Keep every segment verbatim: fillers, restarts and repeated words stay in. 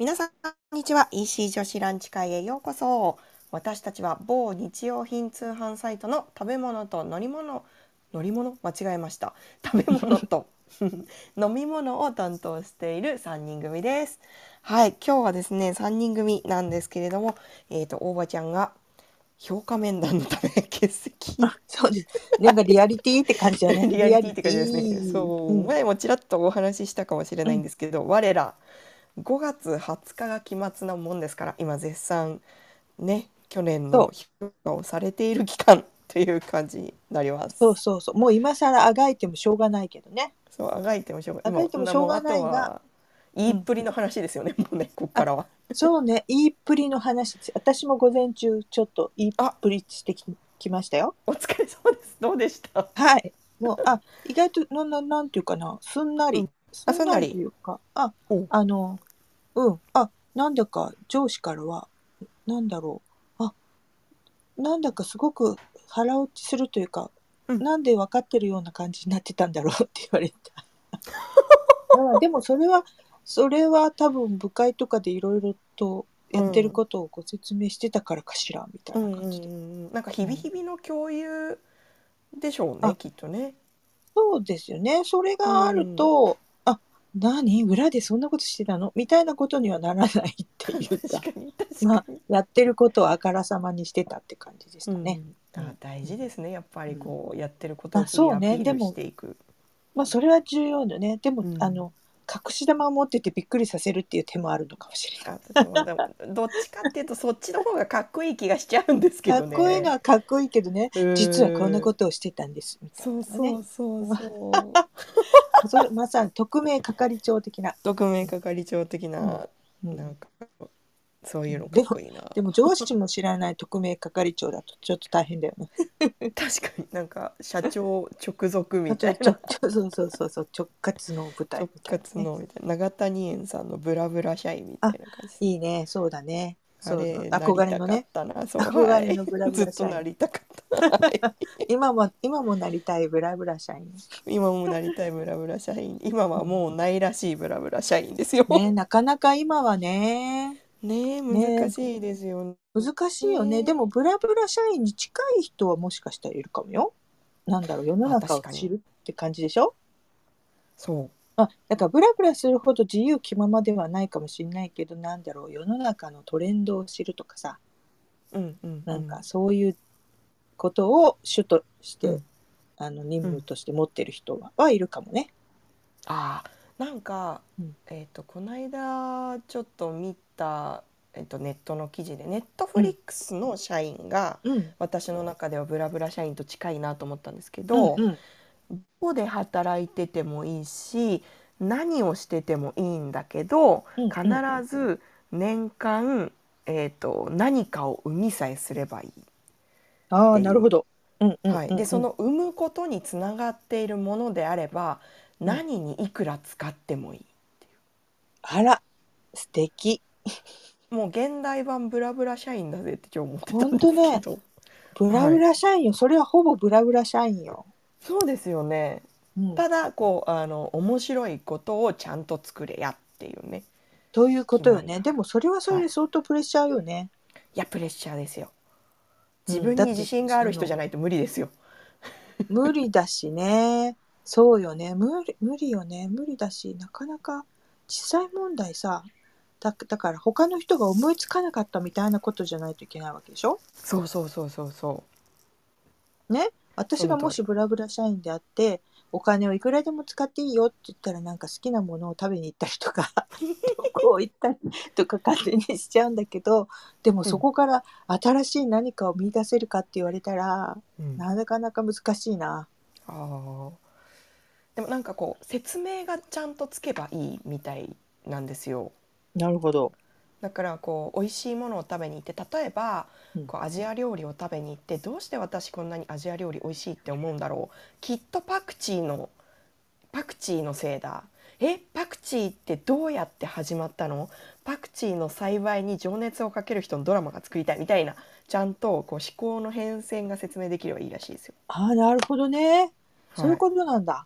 皆さん、こんにちは。イーシー 女子ランチ会へようこそ。私たちは某日用品通販サイトの食べ物と乗り物、乗り物間違えました。食べ物と飲み物を担当しているさんにん組です。はい、今日はですね、さんにん組なんですけれども、えっと、大場ちゃんが評価面談のため欠席。 あ、そうです。なんかリアリティって感じだね。 リアリティってリアリテ感じですね。 ィ。 そう、 うん。 前もちらっとお話ししたかもしれないんうん。 ですけど、我らごがつはつかが期末なもんですから、今絶賛ね、去年のそう。 評価をされている期間という感じになります。 そうそうそう。もう今更あがいてもしょうがないけどね。 そう、あがいてもしょうがあがいもてもしょうがうなもうあないが、 とは言いうん。 っぷりの話ですよね、もうね、こっかあ、 らは。 そうね。言いっぷりの話。私も午前中ちょっと言いっあ、 ぷりしてき、きましたよ。 お疲れ様です。どうでした？ はい。もう、あ、意外と、な、な、なんていうかな。すんなり。 うん。あ、 すんなりとそんなり。 いうか、あ、 お、 あの、うん。あ、なんだか上司からは、なんだろう。あ、なんだかすごく腹落ちするというか、 うん。 なんで分かってるような感じになってたんだろうって言われた。あでもそれは、それは多分部会とかでいろいろとやってるうん。 ことをご説明してたからかしらみたいうんうんな感じで。 うんうん。なんか日々 うん、 日々の共有でしょうね、 あ、 きっとね。 そうですよね。それうがあるん。 と、あ、何裏でそんなことしてたのみたいなことにはならないっていうか、 確かに確まあ、 かに。 やってることをあからさまにしてたって感じでしたね。 うん。あ、 うん。 大うん。 事ですね。やっぱりうん。 こうやってることをあ、 日々アそうね。 ピールしでも、 ていく。 まあ、それは重要だね。でも、 うん。 あの、隠し玉を持っててびっくりさせるっていう手もあるのかもしれない。 あ、私もでもどっちかっていうとそっちの方がかっこいい気がしちゃうんですけかっこいいのどね。 はかっこいいけどね、 う実はこんなーん。 ことをしてたんです、みたいそうなのがね。 そうそうまそう。 あ、それ、まさに匿名係長的な。 特命係長的うん。 な、 うん。 なんかそういうのうん、でも、 かっこいいな。 でも上司も知らない匿名係長だとちょっと大変だよね。 確かになんか社長直属あちょ、ちょ、 みたいな。 ちょ、そうそうそうそう、直轄の舞台直みたいなね。 轄のみたいな永谷園さんのブラブラ社員みたあ、 いな感じ。 いいね、そうだね。そうそう、 あれなりたかっ憧れのね、 たな。そう、 憧れはい。 のブラブずっラ社員。 となりたかった。はい。 今も、今もなりたいブラブラ社員。 今もなりたいブラブラ社員、今はうん、 もうないらしいブラブラ社員ですよ。 ね、なかなか今はね、 ねえ、難ね、 しいですよ難しいよね。でね。 も、ブラブラ社員に近い人はもしかしたらいるかもよ。なんだろう、世のあ、 中確かに。 を知るって感じでしょ。 そまあ、だからブラブラするほど自由気ままではないかもしれないけど、なんだろう、世の中のトレンドを知るとかさ、 う。うんうんなんかうん。 そういうことを主として、 うんあの任うん。 務として持ってる人は、はいるかもね。 ああ、なんか、 うん。 えっと、この間ちょっと見た、えっと、ネットの記事で、ネットうん。 フリックスの社員が、 うん。 私の中ではブラブラ社員と近いなと思ったんですけうん。 ど、 うん。 どこで働いててもいいし、何をしててもいいんだけど、 うん。 必うん。 ず年間、えーと、何かを生みさえすればいいっああ、 ていう。 なるほど。うん。うん。 はい、 うん。うん。 でその生むことにつながっているものであればうん。 何にいくら使ってもいい。 あら、素敵。 もう現代版ブラブラ社員だぜって今日思ってほたんでんとね、 すけど。 ブラブはい、 ラ社員よ。それはほぼブラブラ社員よ。 そうですよね。 うん。 ただこうあの面白いことをちゃんと作れやっていうね、 というこ決とよね。 まりがある。 でもそれはそれはい、 で相当プレッシャーよね。 いやプレッシャーですよ。自うん。だって、 分に自信があその、 る人じゃないと無理ですよ。 無理だしね。そうよね。無理、無理よね。無理だし、なかなか実際問題さ、だ、だから他の人が思いつかなかったみたいなことじゃないといけないわけでしょ。 そうそうそうそうそう。 ね。私がもその通り。 しブラブラ社員であって、お金をいくらでも使っていいよって言ったら、なんか好きなものを食べに行ったりとか、旅行行ったりとか勝手にしちゃうんだけど、でもうん、 そこから新しい何かを見出せるかって言われたら、 うん、 なかなか難しいな。 ああ、でもなんかこう説明がちゃんとつけばいいみたいなんですよ。 なるほど。 だからこう美味しいものを食べに行って、例えばうん。 こうアジア料理を食べに行って、どうして私こんなにアジア料理美味しいって思うんだろう、きっとパクチーのパクチーのせいだ。えパクチーってどうやって始まったの、パクチーの栽培に情熱をかける人のドラマが作りたいみたいな、ちゃんとこう思考の変遷が説明できればいいらしいですよ。 ああ、なるほどね。そうはい、 いうことなんだ。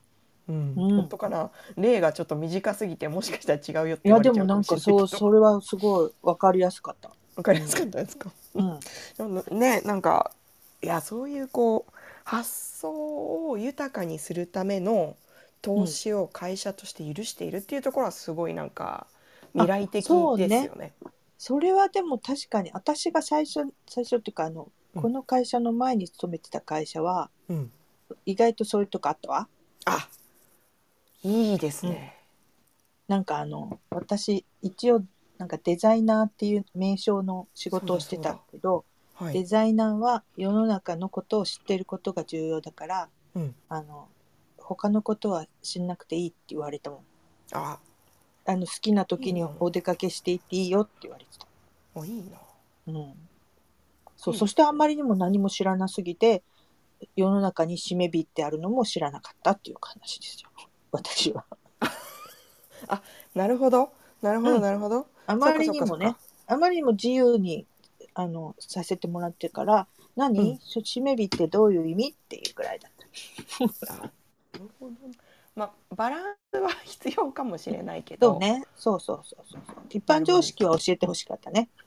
うんうん本当かな。例がちょっと短すぎてもしかしたら違うよっていや言われちゃうかでもなんかもしれないけど。 そうそれはすごい分かりやすかった。 わかりやすかったですか。 うんでもね、なんかいやそういうこう発想を豊かにするための投うん、 資を会社として許しているっていうところはすごいなんか未あ来的そうね。 ですよね。 それはでも確かに私が最初最初っていうかあの、 うんこの会社の前に勤めてた会社はうん意外とそういうとこあったわ。 あいいですうん、 ね。 なんかあの私一応なんかデザイナーっていう名称の仕そう事をしてただそうだ。 けど、 はい。 デザイナーは世の中のことを知っていることが重要だからうんあの他のことは知んなくていいって言われたもん。 ああの好きな時にいいな。 お出かけしていっていいよって言われてた。 あいいな。 うん、そう、 いいですね。 そしてあんまりにも何も知らなすぎて世の中に締め日ってあるのも知らなかったっていう話ですよ私は。 あなるほどなるほうん、 どなるほど。 あまそっかりにもねそっかそっか。 あまりにも自由にあのさせてもらってから何、 うん締め日ってどういう意味っていうぐらいだった。 あなるほど。まあバランスは必要かもしれないけど。 そうね、そうそうそうそうそう。一般なるほどです。 常識は教えてほしかったね。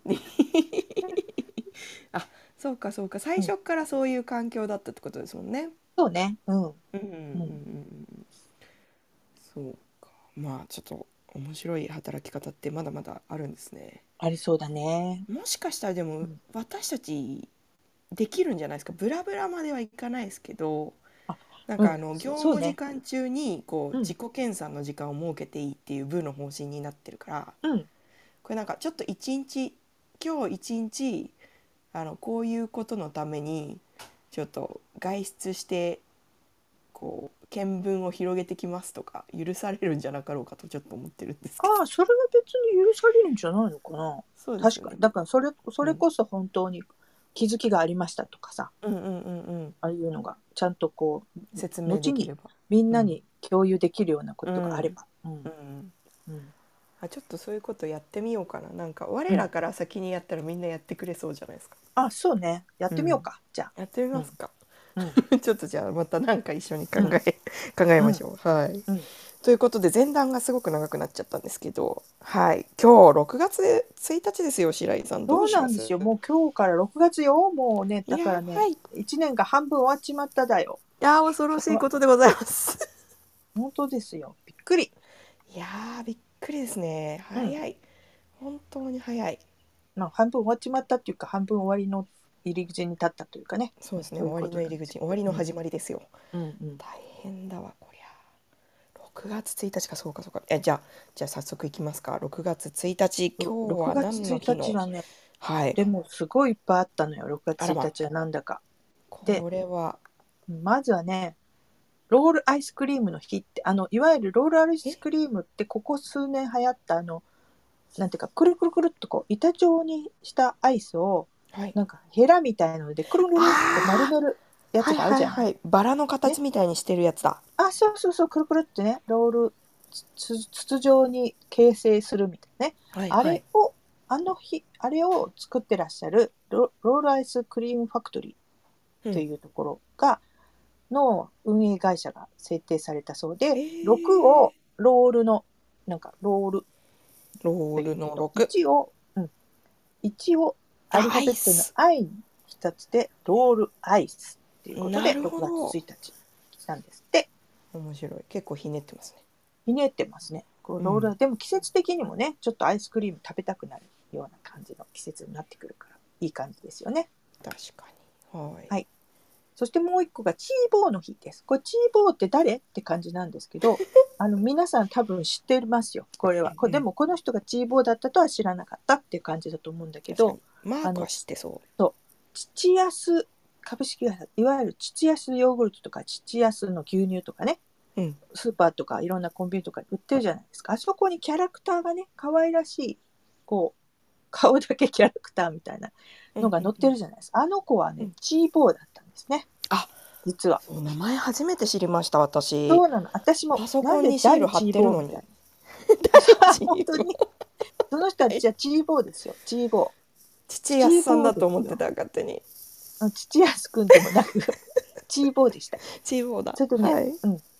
あそうかそうか最うん、 初からそういう環境だったってことですもんね。 そうね、うん、 うんうんうんううん、 んそうか。まあちょっと面白い働き方ってまだまだあるんですね。 ありそうだね。 もしかしたらでもうん、 私たちできるんじゃないですか。ブラブラまではいかないですけど、 あ、 なんうん、 かあの業そそうね、 務時間中にこううん、 自己研鑽の時間を設けていいっていう部の方針になってるから、 うん、 これなんかちょっと一日今日一日あのこういうことのためにちょっと外出してこう見聞を広げてきますとか許されるんじゃなかろうかとちょっと思ってるんですけど。 ああ、それは別に許されるんじゃないのかな。確かに。 そうですよね。 だからそれ、そうんれこそ本当に気づきがありましたとかさ、 うんうんうんうんああいうのがちゃんとこう、 説明で後にきれば。 みんうんなに共有できるようなこうんとがあれば。うん、 うんうん、 あちょっとそういうことやってみようかな。なんか我うん。 らから先にやったらみんなやってくれそうじゃないですか。 あ、そうね。やっうんてみようか。じゃあ。 やってみうん、 ますか。 うん、 ちょっとじゃあまたなんか一緒に考うん、 え考えうん、 ましょう。はい。 うん。 ということで前段がすごく長くなっちゃったんですけど、はい。今日ろくがつついたちですよ、白井さん。どそううします？ なんですよ。もう今日からろくがつよ。もうね、だからね、 やばい。いいちねんが半分終わっちまっただよ。 やー恐ろしいわことでございます。 本当ですよ。びっくり。 いやーびっくりですね。 うん。 早い。本当に早い。 まあ、半分終わっちまったっていうか、半分終わりの入り口に立ったというかね。 そうですね。 そういうこ終わりの入り口、 となんですけ終わりのど。 始まりですよ。 うん、うん、うん。 大変だわこりゃ。ろくがつついたちか。そうかそうか。えじゃあじゃあ早速いきますか。ろくがつついたち、 ろ6 今日は月1 何の日の？ 日はね、 はい。 でもすごいいっぱいあったのよ。ろくがつ1 あらま。 日はなんだか。で、 これはまずはね、ロールアイスクリームの日って、あの、いわゆるロールアイえスクリームってここ数年流行ったあの、なんていうか、くるくるくるっとこう、板状にしたアイスを、 はい。 なんかヘラみたいなので、くるくるって丸あめるあやつはいはいがあるじゃない。 はい。バラのね。 形みたいにしてるやつだ。 あ、そうそうそう、くるくるってね、ロール、つ筒状に形成するみたいなね。あはいはい。 れを、あの日、あれを作ってらっしゃるロ、ロールアイスクリームファクトリーとうん。 いうところが、の運営会社が制定されたそうで、 えー、 ろくをロールの、なんかロールロールというけど、 のろく。 いちを、うん、いちをアルあアファベットのイス。 I に一つで、ロールアイスということで、 なる 6月ほど。 ついたちなんですって。 面白い。結構ひねってますね。 ひねってますね。こうロール、 うん。 でも季節的にもね、ちょっとアイスクリーム食べたくなるような感じの季節になってくるから、いい感じですよね。 確かに。はい。 はい。そしてもう一個がチーボーの日です。これチーボーって誰って感じなんですけど、あの皆さん多分知ってますよ。これは。これでもこの人がチーボーだったとは知らなかったっていう感じだと思うんだけど、 確かに。マークはあの、 知ってそそう父安株式会社、いわゆる父安ヨーグルトとか父安の牛乳とかね、 う。うん。 スーパーとかいろんなコンビニとかに売ってるじゃないですか。あそこにキャラクターがね、可愛らしい、こう、顔だけキャラクターみたいなのが載ってるじゃないですか。あの子はね、 うんチーボーだったんですね。 あ、 実は。 そう名前初めて知りました私。 そうなの。私も、 パソなんコンにシールで誰チ貼ってるのに。 ーボーみたいな。本当に。その人はじゃあチーボーですよ。チーボー。 父安さんだと思ってた勝手に。 父安くんでもなく、チーボーでした。 チーボーだ。 それとね、 はい。 うん。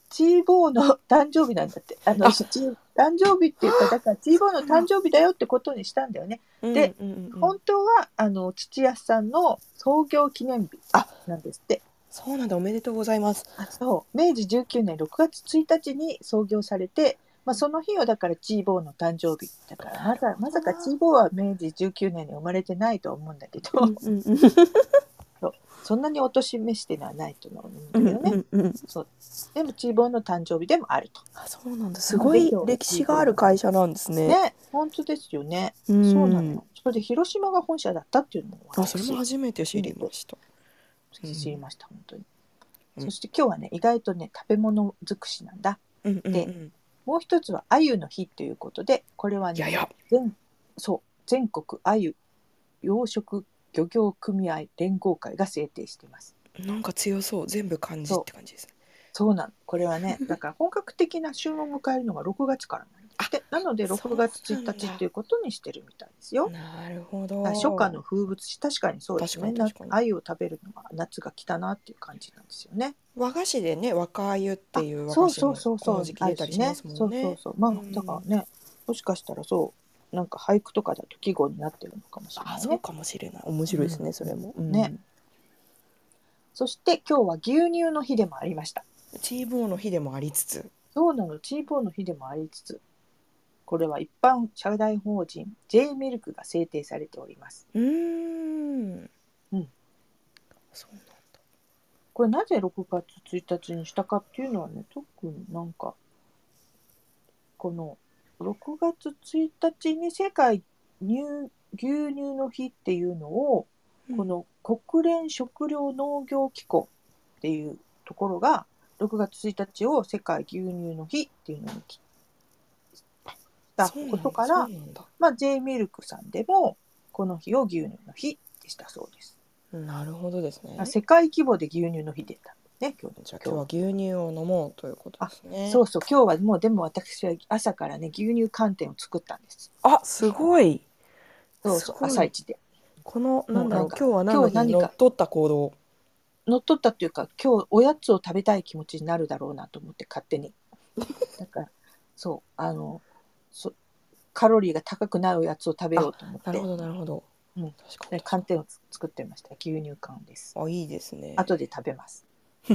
チーボーの誕生日なんだって。あのあチー誕生日っていうか、だからチーボーの誕生日だよってことにしたんだよね。で、 うんうんうんうん、 本当はあの土屋さんの創業記念日あ、 なんですって。 そうなんだ、おめでとうございます。 あ、そう明治じゅうきゅうねんろくがつついたちに創業されて、まあ、その日をだからチーボーの誕生日だからまさまさかチーボーは明治じゅうきゅうねんに生まれてないと思うんだけど、 うんうんうんそうそんなにお年召してのはないと思うんうんだけどね。 うんうん、 そうでもチーボーの誕生日でもあると。 あ、そうなんだ、すごい歴史がある会社なんですね。 ね、本当ですよね。 うそうなのん、 よ。それで広島が本社だったっていうのもあ、それも私初めて知りました。 知りました、本当に。 うん、 そして今日はね意外とね食べ物尽くしなんだ。 うんうんうん、 でもう一つは鮎の日ということで、これはねいやいや、 全そう全国鮎養殖漁業組合連合会が制定しています。 なんか強そう、全部漢字って感じですね。 そうなの。これはね、だから本格的な旬を迎えるのがろくがつからなんですって。なのでろくがつついたちっていうことにしてるみたいですよ。 なるほど。 初夏の風物詩、確かにそうですね。 確かに確かに。 鮎を食べるのが夏が来たなっていう感じなんですよね。 和菓子でね、若鮎っていう和そうそう菓子もそうそうこの時期出たりしますもんね。 そうそうそう。まあ、 うん、 だからね、もしかしたらそうなんか俳句とかだと季語になってるのかもしれないね。 あ、そうかもしれない。面白いですね、 うん、 それも。 ね、うん。そして今日は牛乳の日でもありました。 チーボーの日でもありつつ。 そうなの、チーボーの日でもありつつ、これは一般社団法人 J ミルクが制定されております。 うーん。 うん。 そうなんだ。 これなぜろくがつついたちにしたかっていうのはね、特になんかこのろくがつついたちに世界乳牛乳の日っていうのを、 うん、 この国連食糧農業機構っていうところがろくがつついたちを世界牛乳の日っていうのにしたことから、まあ、J ミルクさんでもこの日を牛乳の日でしたそうです。 なるほどですね。 世界規模で牛乳の日でしたね。今日じゃあ今日は牛乳を飲もうということですね。 そうそう、今日はもうでも私は朝からね牛乳寒天を作ったんです。 あ、すごい。 そうそう、朝一で。 このなんだろう、今日は今日何か乗っ取った行動。 乗っ取ったっていうか、今日おやつを食べたい気持ちになるだろうなと思って勝手に。だからそうあのそカロリーが高くないおやつを食べようと思って。 なるほどなるほど。 うん、確かに寒天を作ってました。牛乳缶です。 あ、いいですね。 後で食べます。はい。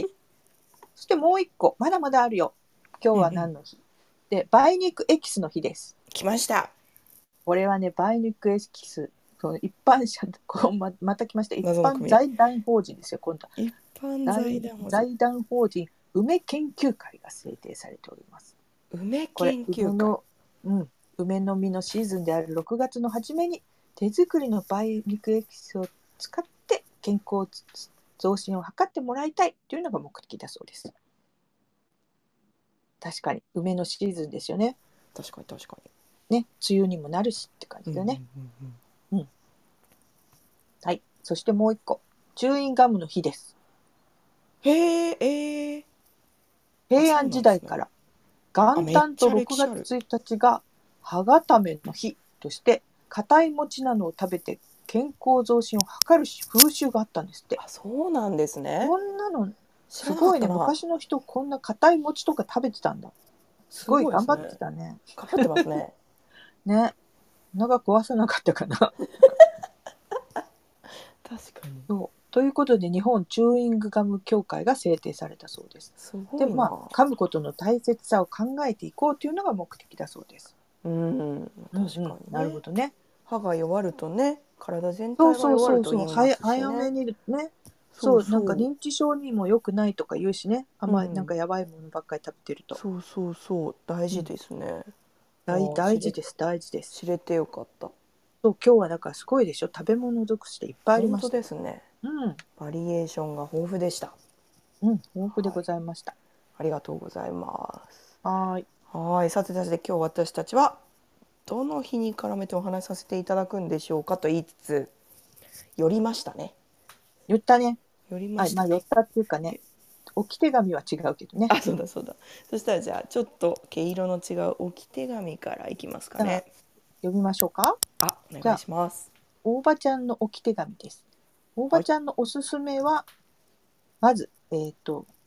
そしてもう一個まだまだあるよ。今日は何の日？うんうん、で梅肉エキスの日です。 来ました。 これはね梅肉エキス。一般社こう ま, また来ました。一般財団法人ですよ。今度は一般財団法人財団法人梅研究会が制定されております。 梅研究会。 梅の、うん、梅の実のシーズンであるろくがつの初めに手作りの梅肉エキスを使って健康増進を図ってもらいたいというのが目的だそうです。確かに梅のシーズンですよね。 確かに確かにね、梅雨にもなるしって感じだね。うんうんうんうん、はい。そしてもう一個、チューインガムの日です。 へえ、えー、 平安時代から元旦とろくがつついたちが歯固めの日として硬い餅などを食べて健康増進を図る風習があったんですって。 あ、そうなんですね。 こんなのすごいね。昔の人こんな硬い餅とか食べてたんだ。すごい頑張ってたね。 頑張ってますね。 ね、長く壊さなかったかな。確かに。 そうということで日本チューイングガム協会が制定されたそうです。 すごいな。 で、まあ噛むことの大切さを考えていこうというのが目的だそうです。 うん、確かに、ね、 うん、なるほどね。 歯が弱るとね、体全体が弱ると言いますしね。 早めにね。そう、なんか認知症にも良くないとか言うしね。あんまりなんかやばいものばっかり食べてると。 そうそうそう、大事ですね。うん、 大, 大事です大事です。 知れてよかった。 そう今日はだからすごいでしょ。食べ物尽くしていっぱいありました。 本当ですね。 うん。 バリエーションが豊富でした。 うん、豊富でございました。 はい、ありがとうございます。 はい。 はい、さてさて今日私たちはどの日に絡めてお話しさせていただくんでしょうかと言いつつ寄りましたね。 寄ったね。 寄りましたね。 はい、まあ寄ったっていうかね。置き手紙は違うけどね。 あ、そうだそうだ。そしたらじゃあちょっと毛色の違う置き手紙からいきますかね。 読みましょうか。 あ、お願いします。 大場ちゃんの置き手紙です。大場ちゃんのおすすめは、はい、まず、えっと、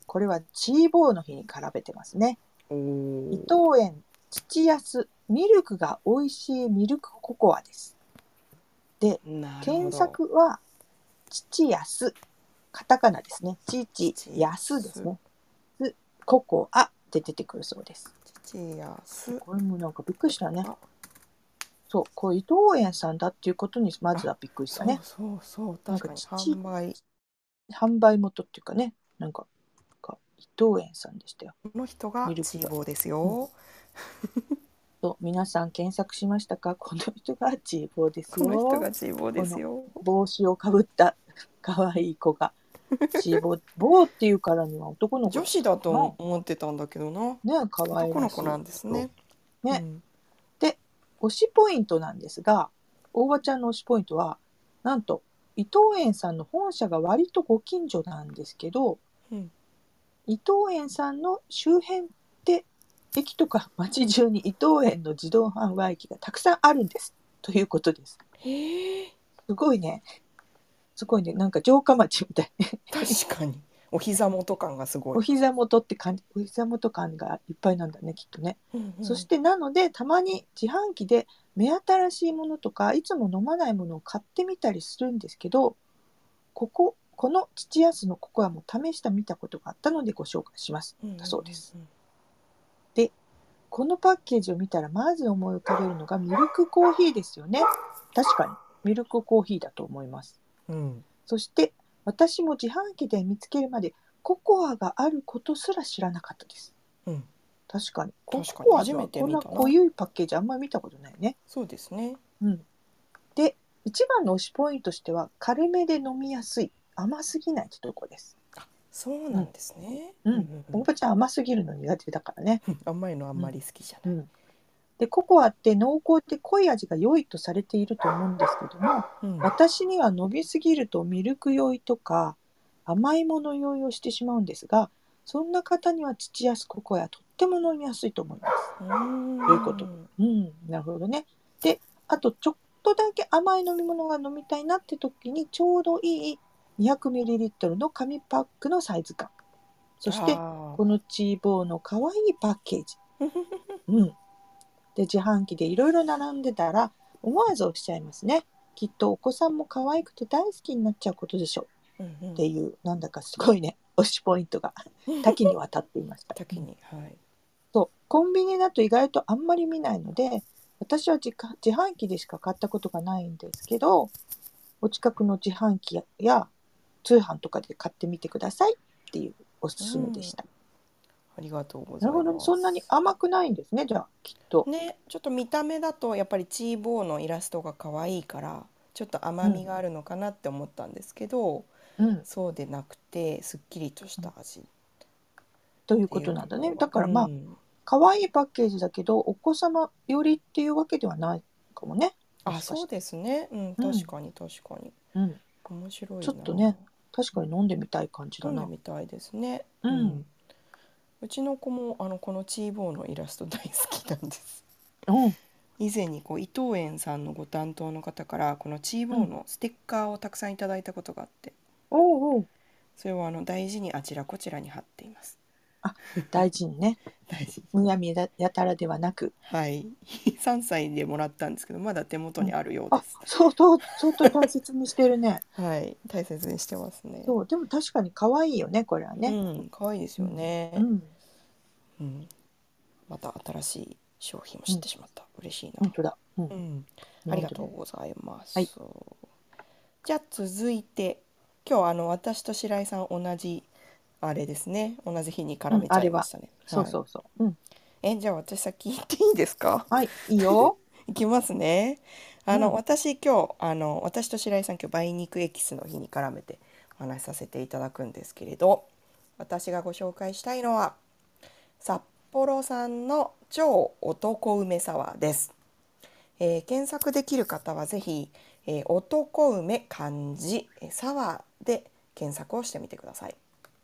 これはチーボーの日に絡めてますね。 おー伊藤園土安ミルクが美味しいミルクココアです。で、 なるほ検ど。 索は土安、カタカナですね。父安ですね。すココアって出てくるそうです。 土安これもなんかびっくりしたね。 あそう、これ伊藤園さんだっていうことにまずはびっくりしたね。 そうそうそう、 なん確かにか父販売販売元っていうかね、なんかが伊藤園さんでしたよ。 この人がミルクがチーボーですよ、 そう、皆さん検索しましたか？この人がチーボーですよ。 この人がチーボーですよ。 帽子をかぶった可愛い子がチーボー、ボーっていうからには男の子女子だとな思ってたんだけどな。 ね、可愛らしい男の子なんですね。 ね、 うん、 で、推しポイントなんですが、大場ちゃんの推しポイントはなんと伊藤園さんの本社が割とご近所なんですけど、 うん、 伊藤園さんの周辺って駅とか街中に伊藤園の自動販売機がたくさんあるんですということです。 へえ、 すごいね。すごいね。なんか城下町みたい。 確かにお膝元感がすごい。 お膝元って感じ、お膝元感がいっぱいなんだね、きっとね。 うんうん、 そしてなので、たまに自販機で目新しいものとか、いつも飲まないものを買ってみたりするんですけど、ここ、この土安のココアも試してみたことがあったのでご紹介します。 うんうんうんうん、 だそうです。で、このパッケージを見たらまず思い浮かべるのがミルクコーヒーですよね。確かにミルクコーヒーだと思います。 うん、 そして私も自販機で見つけるまでココアがあることすら知らなかったです。 うん、 確かにコ確かにコア初めてはこんな見たな。 濃いパッケージあんまり見たことないね。 そうですね。 うん、で、一番の推しポイントとしては軽めで飲みやすい、甘すぎないってとこです。 そうなんですね。 うん、 うんうんおばちゃん甘すぎるの苦手だからね。 うん、甘いのあんまり好きじゃない。 うん、でココアって濃厚で濃い味が良いとされていると思うんですけども、 うん、 私には飲みすぎるとミルク酔いとか甘いもの酔いをしてしまうんですが、そんな方には土安ココアはとっても飲みやすいと思います。 うーん、 ということ。うん、なるほどね。で、あとちょっとだけ甘い飲み物が飲みたいなって時にちょうどいい にひゃくミリリットル の紙パックのサイズ感。そしてあこのチーボーの可愛いパッケージ。 ーうん。で、自販機でいろいろ並んでたら思わずおっしゃいますね。きっとお子さんも可愛くて大好きになっちゃうことでしょう。 うんうん、 っていう、なんだかすごいね、推しポイントが多岐にわたっていました。 多岐に、はい。 そう、コンビニだと意外とあんまり見ないので、私は自家自販機でしか買ったことがないんですけど、お近くの自販機や通販とかで買ってみてくださいっていうおすすめでした。 ありがとうごなるほどね、 ざいます。 そんなに甘くないんですね、じゃあきっと。 ね、ちょっと見た目だとやっぱりチーボーのイラストが可愛いからちょっと甘みがあるのかなって思ったんですけど、 うん、 そうでなくてすっきりとした味っというていうことなんだね。 ところが、 だからまあ、 うん可愛いパッケージだけど、お子様寄りっていうわけではないかもね。もあ、 しかして。 そうですね、うん、 うん確かに確かにうん。 面白いな。 ちょっとね、確かに飲んでみたい感じだ飲んでな。 みたいですね。 ううんん、うちの子もあのこのチーボーのイラスト大好きなんです。 うん。 以前にこう伊藤園さんのご担当の方からこのチーボーうん。 のステッカーをたくさんいただいたことがあって、 おうおう。 それをあの大事にあちらこちらに貼っています。 あ、大事にね。 大事。 むやみやたらではなく。 はい。さんさいでもらったんですけどまだ手元うん。 にあるようであ、 す。 相当、相当大切にしてるね。 はい、大切にしてますね。 そう、でも確かに可愛いよね、これはうね。 ん、可愛いですようん。うね。 ん。 うん、また新しい商品をうん。 知ってしまった。嬉しいな。 本当だ。うん。 うん、ありがとなるほどね。 うございまはい。 す。じゃあ続いて今日あの私と白井さん同じあれですね。同じ日にうん、 絡めちあれは。 ゃいましたね。はい。 そうそうそう。うん。 え、じゃあ私先言っていいですか？ はい、いいよ。 いきますね。あのうん。 私今日あの私と白井さん今日梅肉エキスの日に絡めてお話しさせていただくんですけれど、私がご紹介したいのは札幌産の超男梅サワーです。えー検索できる方はぜひ、えー男梅漢字えーサワーで検索をしてみてください。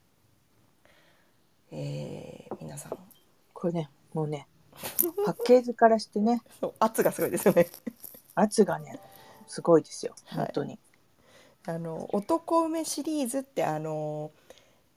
えー皆さん、 これね、もうね、パッケージからしてね、 そう圧がすごいですよね。 圧がね、すごいですよ。 はい。 本当に。 あの男梅シリーズってあの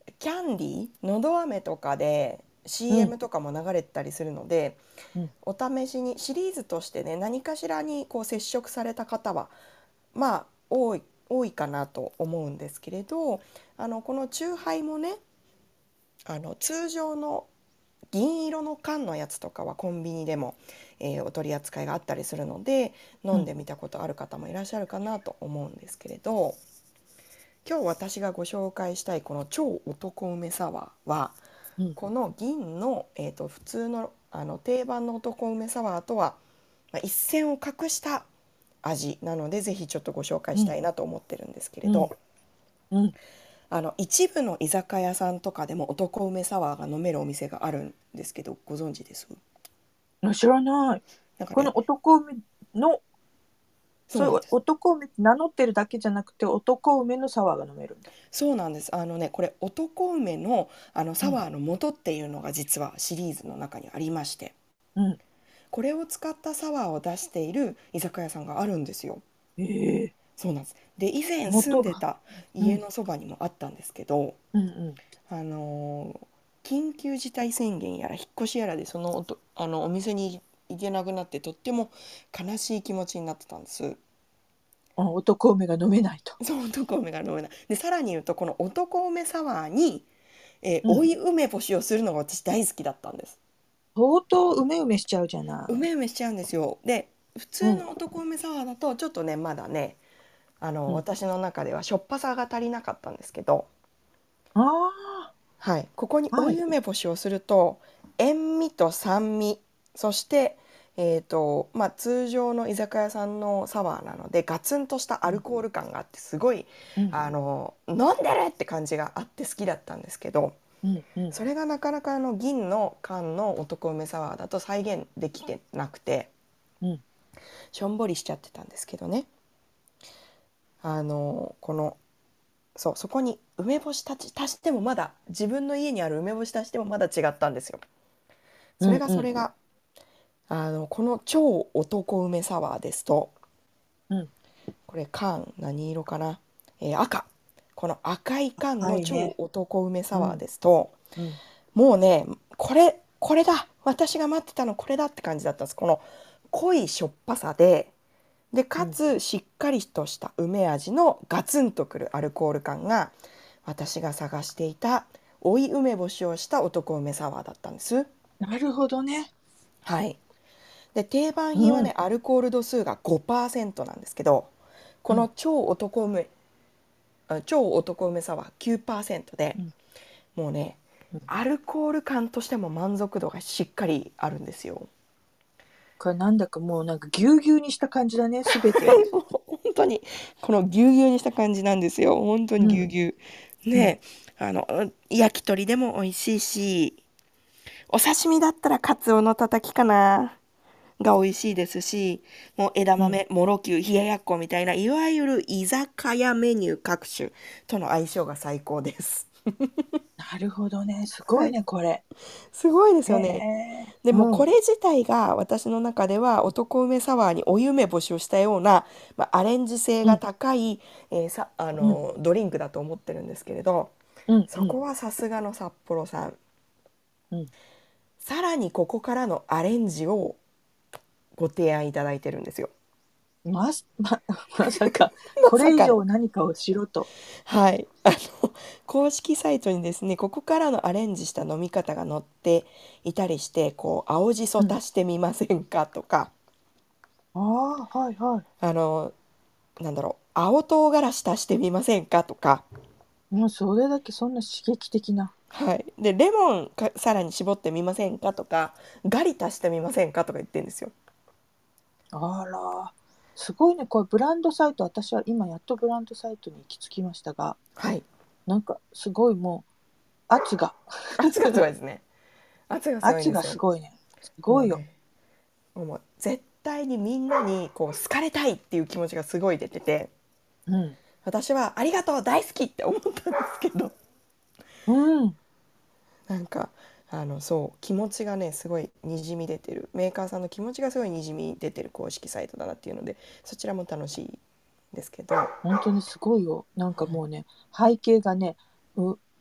キャンディーのど飴とかでうんシーエム とかも流れてたりするので、 うんお試しにシリーズとしてね何かしらにこう接触された方はまあ多い多いかなと思うんですけれど、あのこのチューハイもね、あの通常の銀色の缶のやつとかはコンビニでも、えーお取り扱いがあったりするので飲んでみたことある方もいらっしゃるかなと思うんですけれど、今日私がご紹介したいこの超男梅サワーはうんこの銀の、えーと普通の、あの定番の男梅サワーとは、まあ、一線を画した味なのでぜひちょっとご紹介うんしたいなと思ってるんですけれうんど、 うんあの一部の居酒屋さんとかでも男梅サワーが飲めるお店があるんですけど、ご存知です？ うん。知らない。 なんかね、 この男梅の、そういうそうなんです。 男梅って名乗ってるだけじゃなくて男梅のサワーが飲めるんだ。 そうなんです。あのね、これ男梅の、あのうんサワーの素っていうのが実はシリーズの中にありまして、 うんこれを使ったサワーを出している居酒屋さんがあるんですよ。 ええそうなんです。で、以前住ん元が。 でたうん家のそばにもあったんですけど、 うんうんあのー緊急事態宣言やら引っ越しやらでそのおとあのお店に行けなくなってとっても悲しい気持ちになってたんです。 あ、男梅が飲めないと。 そう、男梅が飲めない。で、さらに言うとこの男梅サワーに、えーうん。 追い梅干しをするのが私大好きだったんです。 相当梅梅しちゃうじゃない。 梅梅しちゃうんですよ。で、普うん通の男梅サワーだとちょっとねまだね、あのうん。 私の中ではしょっぱさが足りなかったんですけど、 あはい、ここにあ、はい。 追い梅干しをすると塩味と酸味、そして、えーとまあ、通常の居酒屋さんのサワーなのでガツンとしたアルうんコール感があってすごいうんあの飲んでるって感じがあって好きだったんですけど、 うんうんそれがなかなかあの銀の缶の男梅サワーだと再現できてなくてうんしょんぼりしちゃってたんですけどね、あのこのそうそこに梅干したち足してもまだ自分の家にある梅干し足してもまだ違ったんですよ。それうんうんがそれがあのこの超男梅サワーですと、 うんこれ缶何色かな、えー赤、この赤い缶の超はいね。 男梅サワーうんですと、 うんもうねこれこれだ私が待ってたのこれだって感じだったんです。この濃いしょっぱさででかうんつしっかりとした梅味のガツンとくるアルコール感が私が探していた追い梅干しをした男梅サワーだったんです。 なるほどね。 はい。で定番品はうんねアルコール度数がごパーセントなんですけど、こうんの超男梅あ超男梅サワーきゅうパーセントでうんもうねうん。 アルコール感としても満足度がしっかりあるんですよ。 これなんだかもうなんかぎゅうぎゅうにした感じだね、すべて。 もう本当にこのぎゅうぎゅうにした感じなんですよ。本当にぎゅううんぎゅううん。 ね。あの焼き鳥でも美味しいし、お刺身だったらカツオのたたきかなが美味しいですし、もう枝うん。 豆、もろきゅう、冷ややっこみたいないわゆる居酒屋メニュー各種との相性が最高です。 なるほどね。すごはい、 いね、これ。 すごいですへよね。 え。 でもうん。 これ自体が私の中では男梅サワーにお湯梅干しをしたような、まあ、アレンジ性がうん。 高い、えーさあうん。 のドリンクだと思ってるんですけれど、 うん。うん。 そこはさすがの札幌さん。 うん。 さらにここからのアレンジをご提案いただいてるんですよ。 ま、ま、まさか、これ以まさかの。 上何かをしろと。 はい。あの、公式サイトにですね、ここからのアレンジした飲み方が載っていたりして、こう、青じそうん。 足してみませんかとか、 ああ、はいはい。 あの、なんだろう、青唐辛子足してみませんかとか、 もうそれだけそんな刺激的な。 はい。で、レモンかさらに絞ってみませんかとか、ガリ足してみませんかとか言ってるんですよ。 あら、すごいね。これブランドサイト、私は今やっとブランドサイトに行き着きましたが、 はい。 なんかすごいもう圧が、 圧がすごいですね。圧がすごいん圧がですよ。 すごいね。すごいよ。 もうね、もう絶対にみんなにこう好かれたいっていう気持ちがすごい出てて、 うん。 私はありがとう大好きって思ったんですけど、 うん。 なんかあのそう気持ちがねすごいにじみ出てる、メーカーさんの気持ちがすごいにじみ出てる公式サイトだなっていうのでそちらも楽しいですけど、 本当にすごいよ。なんかもうね、背景がね、う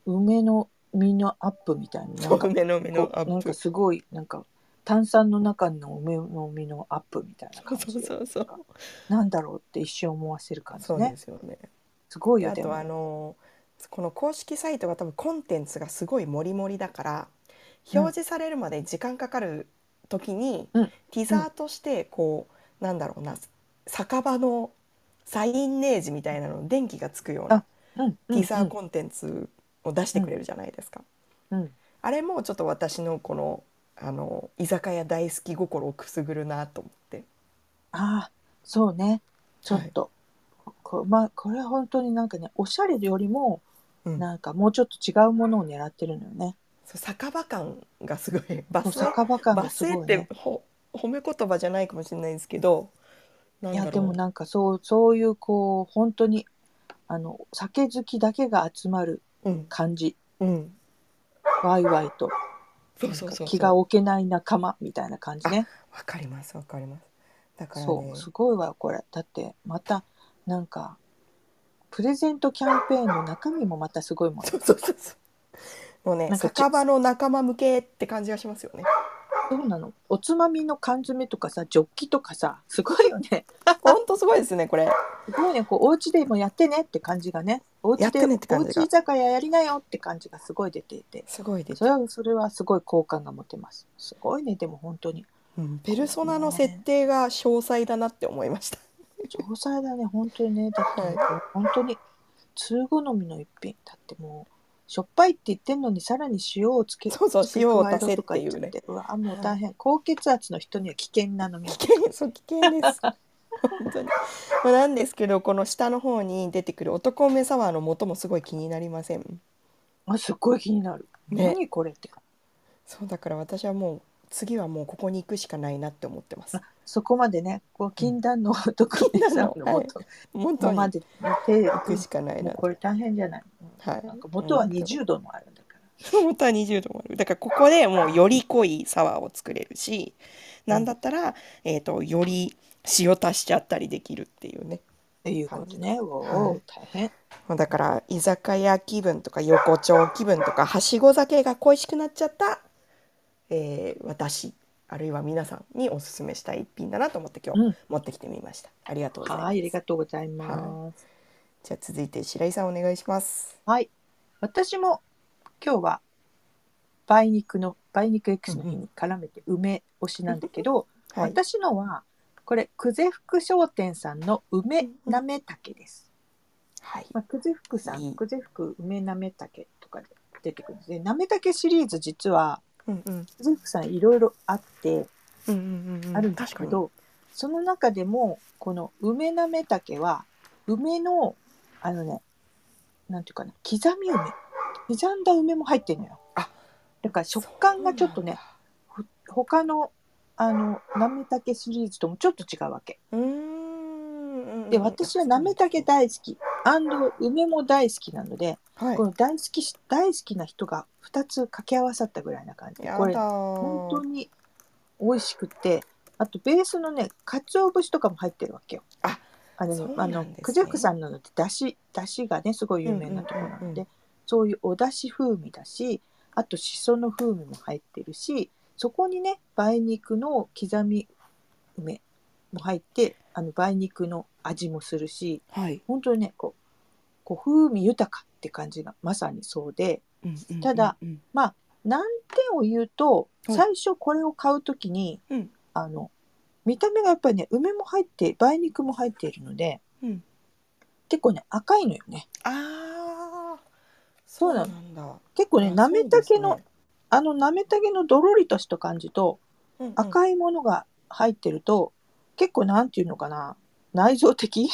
梅の実のアップみたいな、なんか梅の実のアッなんかプ。 すごいなんか炭酸の中の梅の実のアップみたいな感じそうで、 そうそう。 なんだろうって一瞬思わせる感じそうね。 ですよね。 すごいであとあよでも。 のこの公式サイトが多分コンテンツがすごいモリモリだから、 うん表示されるまで時間かかる時にうんティザーとしてこうなんだろうな、酒場のサインネージみたいなの電気がつくようなあうんうティんうんザーコンテンツを出してうんくれるじゃないですか。 うんあれもちょっと私のこのあの居酒屋大好き心をくすぐるなと思って。 ああそうね。ちょはい。 っとこまあこれは本当になんかね、おしゃれよりもうん。 なんかもうちょっと違うものを狙ってるのよね。 そう酒場感がすごいバそうスへ酒場感がバスへってすごいね。 ほ褒め言葉じゃないかもしれないんですけど、ないんだろやでもなんかそうそういうこう本当にあの酒好きだけが集まるう。うん感じ、 うん。 ワイワイとそうそうなんかそうそう。 気が置けない仲間みたいな感じあ、 ね。 わかりますわかります。だからそうね。 すごいわこれ。だってまたなんかプレゼントキャンペーンの中身もまたすごいもんそうね。 そうそうそう。もうね、 なんかち酒場の仲間向けって感じがしますよね。 そうなの。おつまみの缶詰とかさ、ジョッキとかさ、すごいよね。 ほんとすごいですねこれ。 すごいね。こうお家でもやってねって感じがね。お家でやってねっておうち居感じが酒屋やりなよって感じがすごい出ていて、 すごい出てる。 それはそれはすごい好感が持てます。すごいね。でも本当にうん、ペルこれソナの設ね、 定が詳細だなって思いました。 詳細だね。本当にね。だってもはう本当に通好みの一品。だってもうしょっぱいって言ってんのにさらに塩をつい。 けそうそう、 付け塩を加えろとか足せっていうね。 言っちゃって、うわもうはい。 大変。高血圧の人には危険な飲み物。 危険、そう危険です。本当に。まあなんですけど、この下の方に出てくる男梅サワーの素もすごい気になりません？ あ、すっごい気になる。 ね。 何これって感そうだから私はもう次はもうここに行くしかないなって思ってまじ。 す。 あ、そこまでね、こううん。 禁断の特禁断命さんの、はい。 の元元にのまで手行くし行く。 かないなと。 もうこれ大変じゃない。うんはい。 なんか元は思ってます。 にじゅうどもあるんだから。 元はにじゅうどもある。だからここでもうより濃いサワーを作れるし、なんうん。っだったら、えっと、より塩足しちゃったりできるっていうね、 ていう感じで。 ことね。おお、 はい。 大変。 まあだから居酒屋気分とか横丁気分とかはしご酒が恋しくなっちゃった、えー私あるいは皆さんにおすすめしたい一品だなと思って今日うん。 持ってきてみました。ありがとうございはい、あります。 がとうございはい。 ます。 じゃあ続いて白井さんお願いします。 はい。私も今日は梅肉の梅肉エキスの日うんうん。 に絡めて梅推しなんだけど、 はい。 私のはこれ久世福商店さんの梅うんうん。 なめたけです。 はい。 まあ、久世福さん、 いい。 久世福梅なめたけとかで出てくるんですね。なめたけシリーズ実はうんうん。 久世福さんいろいろあってうんうんうんうん。 あるんだ確かに。 けど、その中でもこの梅なめたけは梅のあのね、なんていうかな、刻み梅、刻んだ梅も入ってるのよ。 あ、 だからそ食感うなんがちょっとね、 だ。 ほ他のあのなめたけシリーズともちょっと違うわけ。 うーん。うんで、 うんうん。あ、 私はそうなめたけなんですね。 大好き、梅も大好きなので、 はい。 この大好きし大好きな人がふたつ掛け合わさったぐらいな感じで、これやだ本当ー。 に美味しくて、あとベースのね、鰹節とかも入ってるわけよ。 あ、 あの、 そうなあの、 んですね。 九十九さんなのってだし、だしがね、すごいうんうん有名なとこなうんうん。 ので、そういうおだし風味だし、あとしその風味も入ってるし、そこにね、梅肉の刻み梅も入って、あの梅肉の味もするし、 はい。 本当にね、こう、こう風味豊かって感じがまさにそうで、 うんうんただ、 うんうん。 まあ、難点を言うと、 はい。 最初これを買うときに、 うん。 あの、見た目がやっぱりね、梅も入って、梅肉も入っているので、 うん。 結構ね、赤いのよね。 ああ、そうそうなの。 なんだ。 結構ね、 あ、 なめそうでたけの、 すね。 あのなめたけのどろりとした感じと、 うんうん。 赤いものが入ってると、結構なんていうのかな、内臓的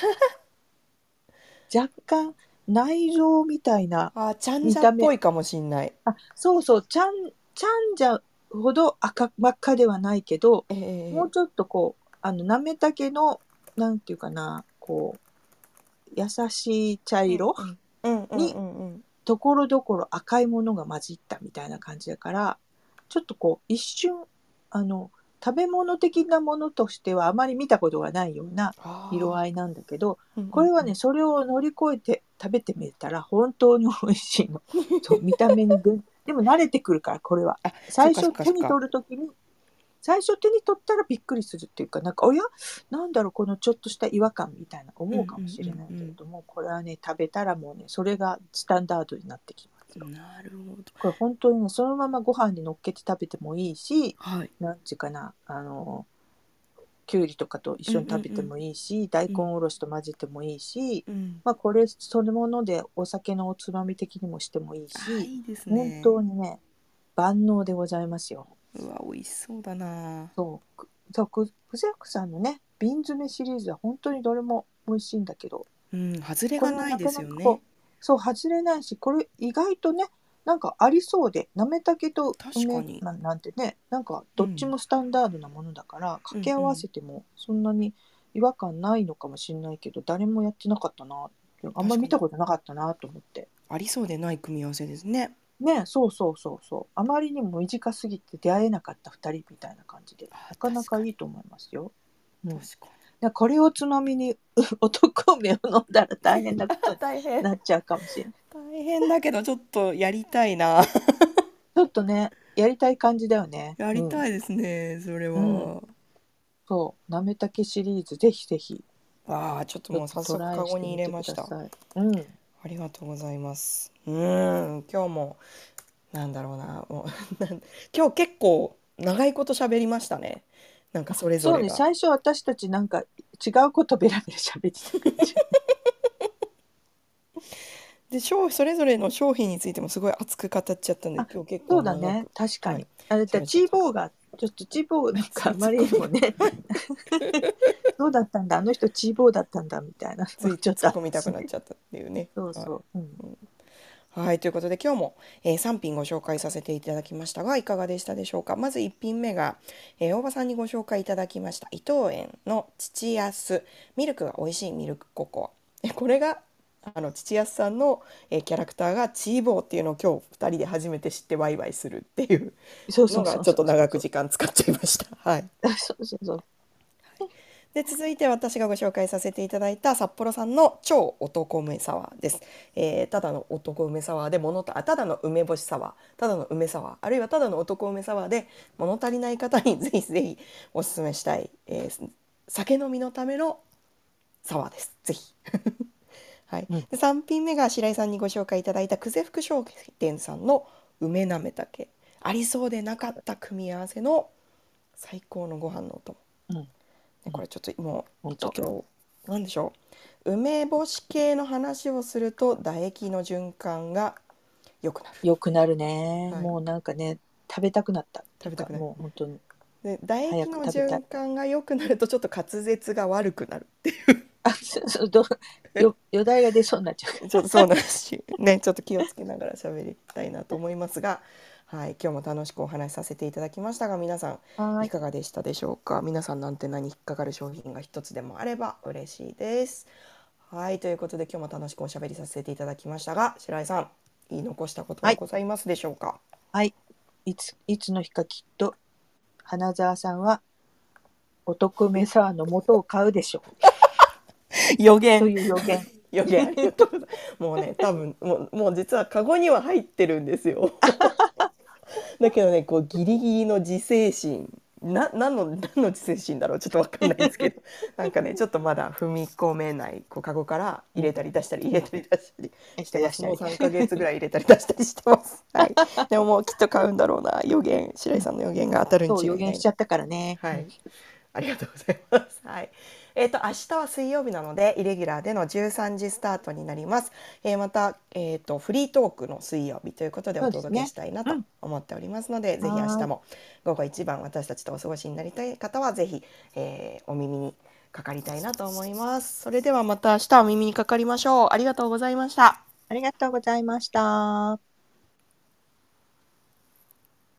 若干内臓みたいなあ、ちゃんじゃっ見た目。 ぽいかもしんない。 あ、そうそう、ちゃん、ちゃんじゃほど赤真っ赤ではないけど、 ええええもうちょっとこう、あの、なめたけの、なんていうかな、こう、優しい茶色うんうん。うんうんに、 うんうん。 ところどころ赤いものが混じったみたいな感じだから、ちょっとこう、一瞬、あの、 食べ物的なものとしてはあまり見たことがないような色あ合いなんだけど、 ーうんうんうんこれはねそれを乗り越えて食べてみたら本当に美味しいの。そう見た目にででも慣れてくるからこれはあ、そっ最かそっかそっか。 初手に取るときに最初手に取ったらびっくりするっていうか、なんかおやなんだろうこのちょっとした違和感みたいな思うかもしれないけれども、これはね食べたらもうねそれがスタンダードになってきますよ。 なるほど。 これ本当にねそのままご飯に乗っけて食べてもいいし、 はい。 なんていうかな、あのきゅうりとかと一緒に食べてもいいし、 うん大根おろしと混ぜてもいいし、 うん。 まあこれそのものでお酒のおつまみ的にもしてもいいあー、 し、 いいです本ね。 当にね万能でございますよ。 うわ、美味しそうだな。 そうくそうく久世福さんのね瓶詰めシリーズは本当にどれも美味しいんだけど、 うん、外れこれはながないでかなかこうすよね。 そう外れないし、これ意外とねなんかありそうで、なめたけと梅確かに。 ななんてねなんかどっちうん。 もスタンダードなものだから、掛け合わうんうん。 せてもそんなに違和感ないのかもしれないけど、誰もやってなかったな、あんまり見確かに。 たことなかったなと思って。 ありそうでない組み合わせですね。 ね、そうそうそうそう、あまりにも短すぎて出会えなかったふたりみたいな感じで、 あ、 なかな確かに。 かいいと思いますよ。うん、 確かだこれをつまみに男梅を飲んだら大変なことに。 に大変。 なっちゃうかもしれない。 大変だけど、ちょっとやりたいな。 ちょっとねやりたい感じだよね。 やりうん、 たいですね、それうん、 は。 そうなめたけシリーズぜひぜひわあ、ちょっとちょっもう早とトライ速カゴにしてみて入れました。 ください。うん、 ありがとうございます。うーん、今日も、なんだろうな、もうなん今日結構長いこと喋りましたね。なんかそれぞそうね、 れが。 最初私たちなんか違うことベラベラ喋ってた感じ。 で、商それぞれの商品についてもすごい熱く語っちゃったんで、 あ、 今日結そうだね。 構長く、はい、 確かに。あれだ、 喋っちゃった。 チーボーが、ちょっとチーボーなんかあまツッコミがりにもね、そうだったんだ、あの人チーボーだったんだみたいなのがついちょっとあっ突っ込みたたしね。 くなっちゃったっていうね。はい。 そうそう。うん。 うん、はい、ということで今日も、えー、さん品ご紹介させていただきましたがいかがでしたでしょうか。まずいち品目が、えー大場さんにご紹介いただきました伊藤園の父安ミルクが美味しいミルクココア。えこれがあの父安さんの、えーキャラクターがチーボーっていうのを今日ふたりで初めて知ってワイワイするっていうそうそうそうのがちょっとそうそうそう。 長く時間使っちゃいました。はい。 そうそうそう。 で続いて私がご紹介させていただいた札幌産の超男梅サワーです。えーただの男梅サワーで物たあただの梅干しサワー、ただの梅サワー、あるいはただの男梅サワーで物足りない方にぜひぜひおすすめしたい、えー酒飲みのためのサワーです。ぜひ。はい、 うん。 でさん品目が白井さんにご紹介いただいた久世福商店さんの梅なめたけ、ありそうでなかった組み合わせの最高のご飯のお供。 うん。うん。 これちょっともうちょっ本当。 となんでしょう、梅干し系の話をすると唾液の循環が良くなる。 よくなるね。 はい、 もうなんかね、食べたくなった。っていうか、 食べたくない。 もう本当にで唾早液のく食べたい。 循環が良くなるとちょっと滑舌が悪くなるっていあ、そうそう、どよ、よだれが出そうになっちゃう。 うちょっとそうなんですしね、ちょっと気をつけながら喋りたいなと思いますが、はい、今日も楽しくお話しさせていただきましたが皆さんいはーい。 かがでしたでしょうか。皆さんなんて何引っかかる商品が一つでもあれば嬉しいです。はい、ということで今日も楽しくおしゃべりさせていただきましたが、白井さん、言い残したことはい。 はございますでしょうか。 はい。いつ、いつの日かきっと、花澤さんは男梅サワーの素を買うでしょう。と予言いう予言。 予言ありがとうございます。もうね、多分もう、もう実はカゴには入ってるんですよ。だけどね、こうギリギリの自制心、な何の何の自制心だろう、ちょっとわかんないですけど、なんかねちょっとまだ踏み込めない、こうカゴから入れたり出したり入れたり出したりしてます。もうさんかげつぐらい入れたり出したりしてます。はい。でももうきっと買うんだろうな。予言、白井さんの予言が当たるにそう、予違いない。 言しちゃったからね。 はい。 うん。 ありがとうございます。はい。えっ、と、明日は水曜日なので、イレギュラーでのじゅうさんじスタートになります。えーまた、えっ、と、フリートークの水曜日ということでお届けそうですね。 したいなとうん。 思っておりますので、ぜひ明はーい。 日も午後一番私たちとお過ごしになりたい方は、ぜひ、えーお耳にかかりたいなと思います。それではまた明日お耳にかかりましょう。ありがとうございました。 ありがとうございました。